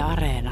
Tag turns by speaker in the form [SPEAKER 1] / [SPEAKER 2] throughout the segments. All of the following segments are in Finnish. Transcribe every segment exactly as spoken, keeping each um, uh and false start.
[SPEAKER 1] Areena.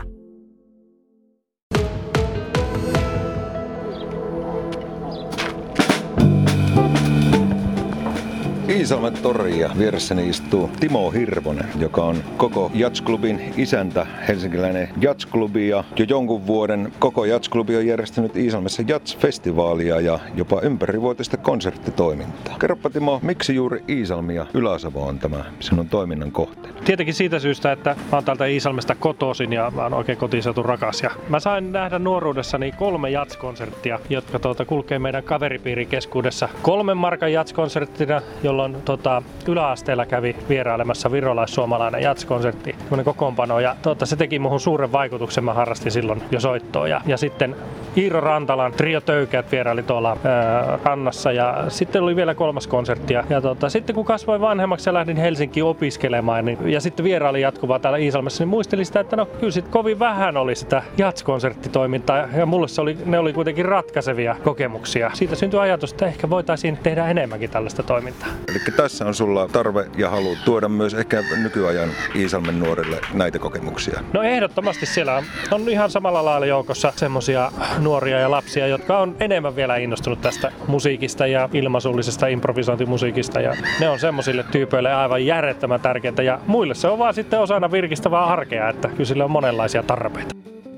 [SPEAKER 2] Iisalmen tori ja vieressäni istuu Timo Hirvonen, joka on koko Jats-klubin isäntä, helsinkiläinen Jats-klubi, ja jo jonkun vuoden koko Jats-klubi on järjestänyt Iisalmessa Jats-festivaalia ja jopa ympärivuotista konserttitoimintaa. Kerropa Timo, miksi juuri Iisalmi ja Ylä-Savo on tämä sinun toiminnan kohteena?
[SPEAKER 3] Tietenkin siitä syystä, että mä oon täältä Iisalmesta kotoisin ja mä oon oikein kotiseutun rakas. Ja mä sain nähdä nuoruudessani kolme Jats-konserttia, jotka tuota, kulkee meidän kaveripiirin keskuudessa. Kolmen markan Jats-konserttina, jolloin tota, yläasteella kävi vierailemassa virolais-suomalainen Jats-konsertti, tämmöinen kokoonpano. Ja tota, se teki muhun suuren vaikutuksen, mä harrastin silloin jo soittoa. Ja, ja sitten Iiro Rantalan Trio Töykeät vieraili tuolla ää, rannassa ja sitten oli vielä kolmas konsertti. Ja, ja tota, sitten kun kasvoin vanhemmaksi ja lähdin Helsinkiin opiskelemaan niin, ja sitten vieraili jatkuvaa täällä Iisalmessa, niin muistelin sitä, että no kyllä sit kovin vähän oli sitä Jats-konserttitoimintaa ja mulle se oli, ne oli kuitenkin ratkaisevia kokemuksia. Siitä syntyi ajatus, että ehkä voitaisiin tehdä enemmänkin tällaista toimintaa.
[SPEAKER 2] Eli tässä on sulla tarve ja halu tuoda myös ehkä nykyajan Iisalmen nuorille näitä kokemuksia.
[SPEAKER 3] No ehdottomasti siellä on, on ihan samalla lailla joukossa semmosia nuoria ja lapsia, jotka on enemmän vielä innostunut tästä musiikista ja ilmaisullisesta improvisointimusiikista. Ja ne on semmoisille tyypeille aivan järjettömän tärkeää ja muille se on vaan sitten osana virkistävää arkea, että kyllä sille on monenlaisia tarpeita.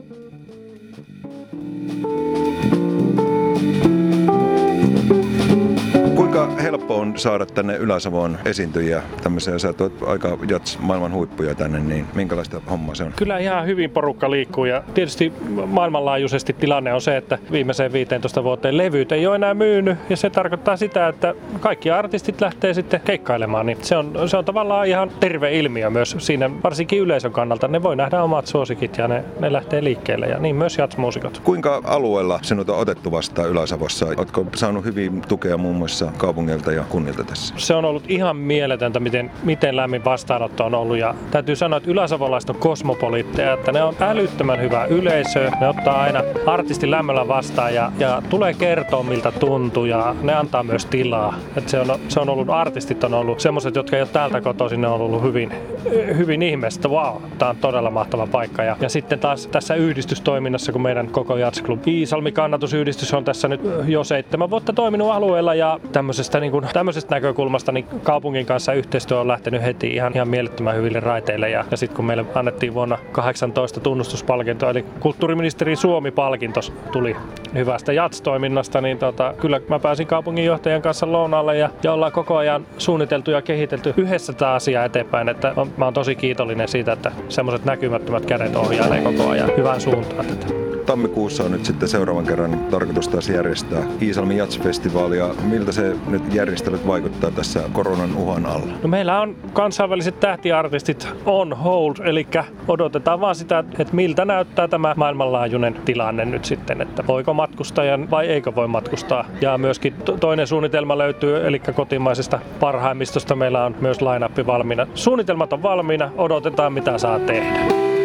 [SPEAKER 2] Kuinka helppo on saada tänne Ylä-Savoon esiintyjiä tämmöisiä, sä tuot aika jats maailman huippuja tänne, niin minkälaista hommaa se on?
[SPEAKER 3] Kyllä ihan hyvin porukka liikkuu ja tietysti maailmanlaajuisesti tilanne on se, että viimeiseen viisitoista vuoteen levyt ei ole enää myynyt ja se tarkoittaa sitä, että kaikki artistit lähtee sitten keikkailemaan, niin se on, se on tavallaan ihan terve ilmiö myös siinä, varsinkin yleisön kannalta. Ne voi nähdä omat suosikit ja ne, ne lähtee liikkeelle ja niin myös jats-muusikot.
[SPEAKER 2] Kuinka alueella sinut on otettu vastaan Ylä-Savossa? Oletko saanut hyvin tukea muun muassa kaupungilta ja kunnilta tässä?
[SPEAKER 3] Se on ollut ihan mieletöntä, miten, miten lämmin vastaanotto on ollut ja täytyy sanoa, että yläsavolaiset on kosmopoliitteja, että ne on älyttömän hyvä yleisö, ne ottaa aina artistin lämmöllä vastaan ja, ja tulee kertoa miltä tuntuu ja ne antaa myös tilaa. Että se, on, se on ollut, artistit on ollut semmoiset, jotka ei ole täältä kotoisin, ne on ollut hyvin, hyvin ihmeessä, että vau, tämä on todella mahtava paikka. Ja, ja sitten taas tässä yhdistystoiminnassa, kun meidän koko Jats-klub Iisalmi kannatusyhdistys on tässä nyt jo seitsemän vuotta toiminut alueella ja tämmöisestä, niin kuin, tämmöisestä näkökulmasta niin kaupungin kanssa yhteistyö on lähtenyt heti ihan, ihan mielettömän hyville raiteille. Ja, ja sitten kun meille annettiin vuonna kahdeksantoista tunnustuspalkinto, eli kulttuuriministeri Suomi-palkinto tuli hyvästä Jats-toiminnasta, niin tota, kyllä mä pääsin kaupunginjohtajan kanssa lounaalle ja, ja ollaan koko ajan suunniteltu ja kehitelty yhdessä tämä asia eteenpäin. Että on, mä oon tosi kiitollinen siitä, että semmoiset näkymättömät kädet ohjailee koko ajan hyvään suuntaan tätä.
[SPEAKER 2] Tammikuussa on nyt sitten seuraavan kerran tarkoitus taas järjestää Iisalmi Jats-festivaalia. Miltä se nyt järjestelyt vaikuttaa tässä koronan uhan alla?
[SPEAKER 3] No meillä on kansainväliset tähtiartistit on hold, eli odotetaan vaan sitä, että miltä näyttää tämä maailmanlaajuinen tilanne nyt sitten, että voiko matkustajan vai eikö voi matkustaa. Ja myöskin toinen suunnitelma löytyy, eli kotimaisesta parhaimmistosta meillä on myös line-up valmiina. Suunnitelmat on valmiina, odotetaan mitä saa tehdä.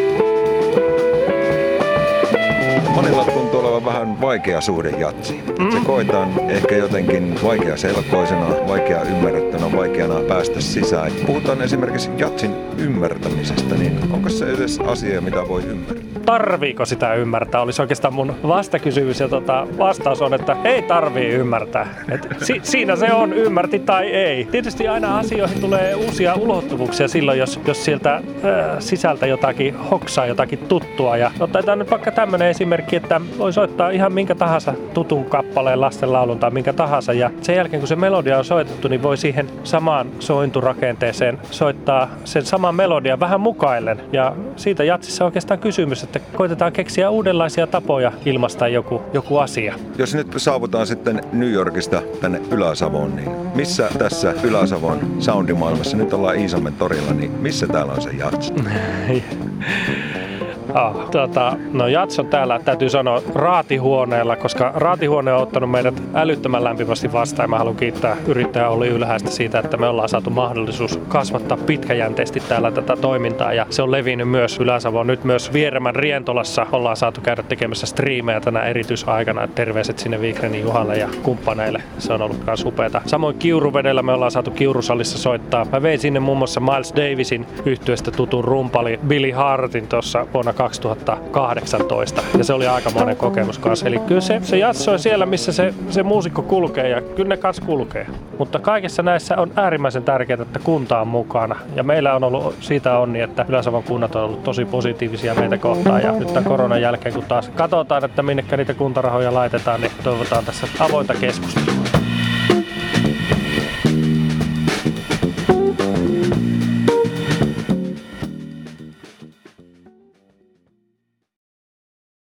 [SPEAKER 2] Monilla tuntuu olevan vähän vaikea suhde jatsiin. Mm. Se koetaan ehkä jotenkin vaikeaselkoisena, vaikea ymmärrettävänä, vaikeana päästä sisään. Puhutaan esimerkiksi jatsin ymmärtämisestä, niin onko se edes asia, mitä voi ymmärtää?
[SPEAKER 3] Tarviiko sitä ymmärtää? Olisi oikeastaan mun vastakysymys ja tota, vastaus on, että ei tarvii ymmärtää. Et si- siinä se on, ymmärti tai ei. Tietysti aina asioihin tulee uusia ulottuvuuksia silloin, jos, jos sieltä äh, sisältä jotakin hoksaa, jotakin tuttua. Ja otetaan nyt vaikka tämmöinen esimerkki, että voi soittaa ihan minkä tahansa tutun kappaleen, lastenlaulun tai minkä tahansa. Ja sen jälkeen kun se melodia on soitettu, niin voi siihen samaan sointurakenteeseen soittaa sen saman melodian vähän mukaillen. Ja siitä jatsissa on oikeastaan kysymys, että koitetaan keksiä uudenlaisia tapoja ilmaista joku, joku asia.
[SPEAKER 2] Jos nyt saavutaan sitten New Yorkista tänne Ylä-Savoon, niin missä tässä Ylä-Savon soundimaailmassa, nyt ollaan Iisalmen torilla, niin missä täällä on se jats?
[SPEAKER 3] Ah, tota, no Jats on täällä, täytyy sanoa, raatihuoneella, koska raatihuone on ottanut meidät älyttömän lämpimästi vastaan. Mä haluan kiittää yrittäjä Olli Ylhäistä siitä, että me ollaan saatu mahdollisuus kasvattaa pitkäjänteisesti täällä tätä toimintaa. Ja se on levinnyt myös Ylä-Savoon. Nyt myös Vieremän Rientolassa ollaan saatu käydä tekemässä striimejä tänä erityisaikana. Terveiset sinne Wikrenin Juhalle ja kumppaneille. Se on ollut myös upeata. Samoin Kiuruvedellä me ollaan saatu Kiurusalissa soittaa. Mä vein sinne muun muassa Miles Davisin yhtyeestä tutun rumpali Billy Hartin tuossa vuonna kaksituhattakahdeksantoista ja se oli aikamoinen kokemus kanssa. Eli kyllä se, se jatsoi siellä, missä se, se muusikko kulkee ja kyllä ne kanssa kulkee. Mutta kaikessa näissä on äärimmäisen tärkeää, että kunta on mukana ja meillä on ollut siitä onni, että Ylä-Savon kunnat on ollut tosi positiivisia meitä kohtaan ja nyt tämän koronan jälkeen kun taas katsotaan, että minnekä niitä kuntarahoja laitetaan, niin toivotaan tässä avointa keskustelua.